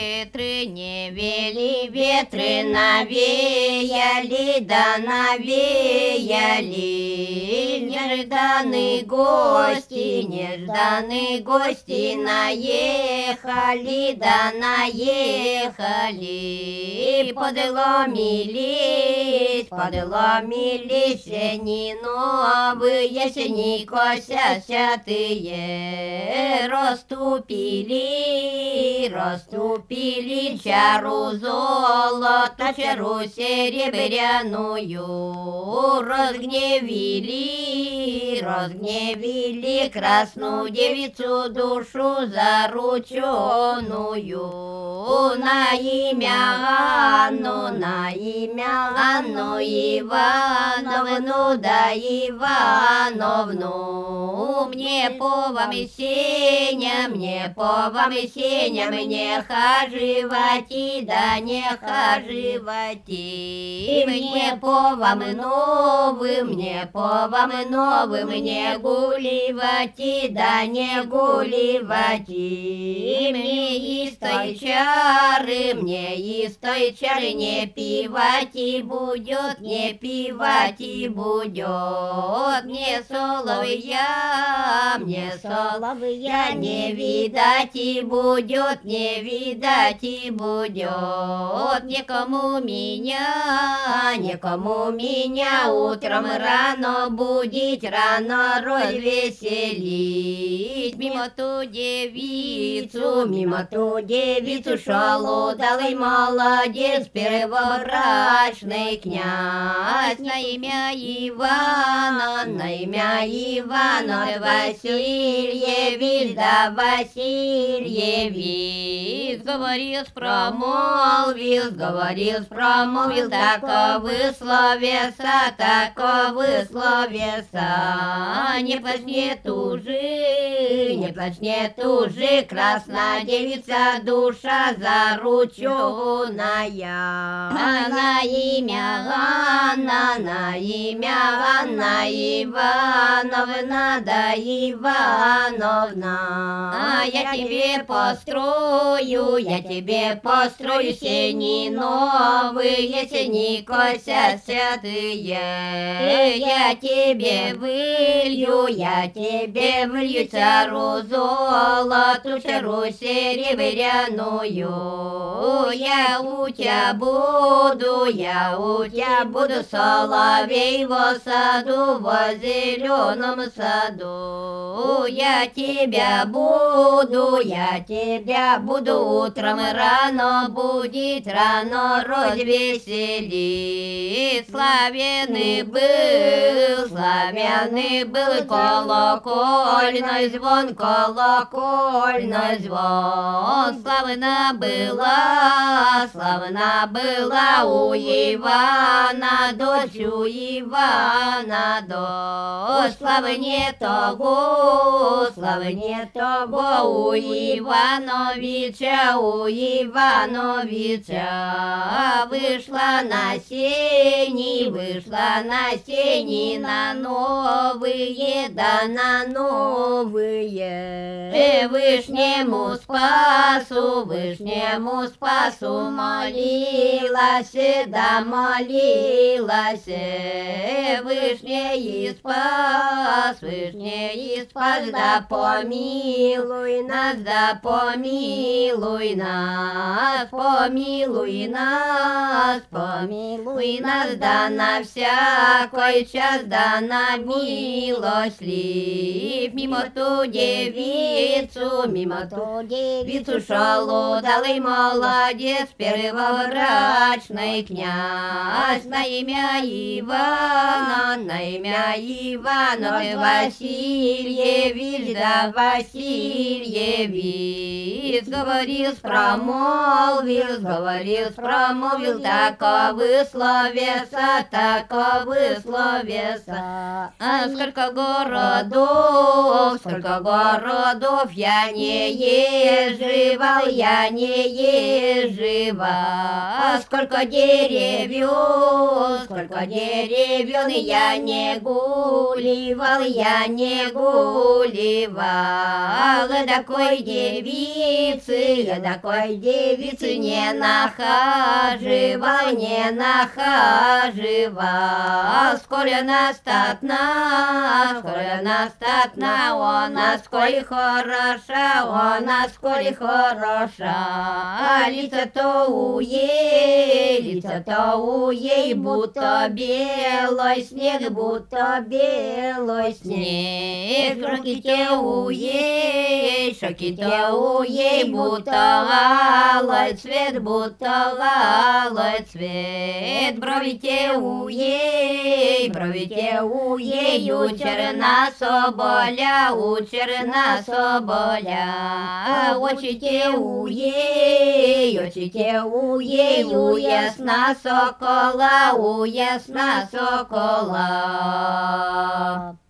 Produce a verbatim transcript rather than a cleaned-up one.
ветры не вели, ветры навеяли, да навеяли. Нежданные гости, нежданные гости наехали, да наехали. Подломились, подломились сени новые, сени косясятые. Раступили, раступили чару золота, чару серебряную. Разгневили, разгневили красную девицу, душу зарученную. На имя Анну, на имя Анну Ивановну, да Ивановну. Мне по вам и сеня, мне по вам и сеня, мне хаживати, да не хаживати. Мне по вам и новым, мне по вам и новым, не гуливати, да не гуливати. Мне из той чары, мне из той чары не пивати будет, не пивати будет. Мне соловья, мне соловья не видать и будет, не видать и будет. Некому меня, некому меня утром рано будить, рано развеселить. Мимо ту девицу, мимо ту девицу шел удалый молодец, первобрачный князь. На имя Ивана, на имя Ивана Васильевич, да Васильевич. Говорил, промолвил, говорил, промолвил, таковы словеса, таковы словеса. Не плачь, не тужи, не плачь, не тужи, красная девица, душа зарученная. На имя Анна, на имя Анна Ивановна, да Ивановна. Я тебе построю, я тебе построю сени новые, сени косясятые. Я тебе вылью, я тебе вылью чару золоту, чару серебряную. Я у тебя буду, я у тебя буду, соловей во саду, во зеленом саду. Я тебя буду, я тебя буду, утром рано будить, рано развеселить. Славяный был, славяный был колокольный звон, колокольный звон. Славна была, славна была у Ивана дочь, у Ивана дочь. Славне того, славне того у Ивановича, у Ивановича. Вышла на сени, вышла на сени, на новые, да на новые. Вышнему спасу, вышнему спасу молилась, да молилась. Вышний спас, вышний спас, да помилуй нас, да помилуй нас, помилуй нас, помилуй нас, да на всякий час, да на милослив. Мимо ту девицу, мимо ту девицу шел удалый молодец, первобрачный князь. На имя Ивана, на имя Ивана Васильевич, да Васильевич. Говорил, промолвил, говорил, промолвил, таковы словеса, таковы словеса. А сколько городов, сколько городов я не еживал, я не еживал. Сколько деревьев, сколько деревьев, я не гуливал, я не гуливал. Такой девицы, такой девицы не нахаживал, не нахаживал. Скоро настатна, скоро настатна, она сколь хороша, она сколь хороша. Лицо-то у ей, лицо-то у ей, будто белый снег, будто белый снег. Шоки-те у ей, шоки-те у ей, будто алый цвет, будто алый цвет. Брови-те у ей, брови-те у ей, у черна соболя, у черна соболя. Очі-те у ей, очі-те у ей, у ясна сокола, у ясна сокола.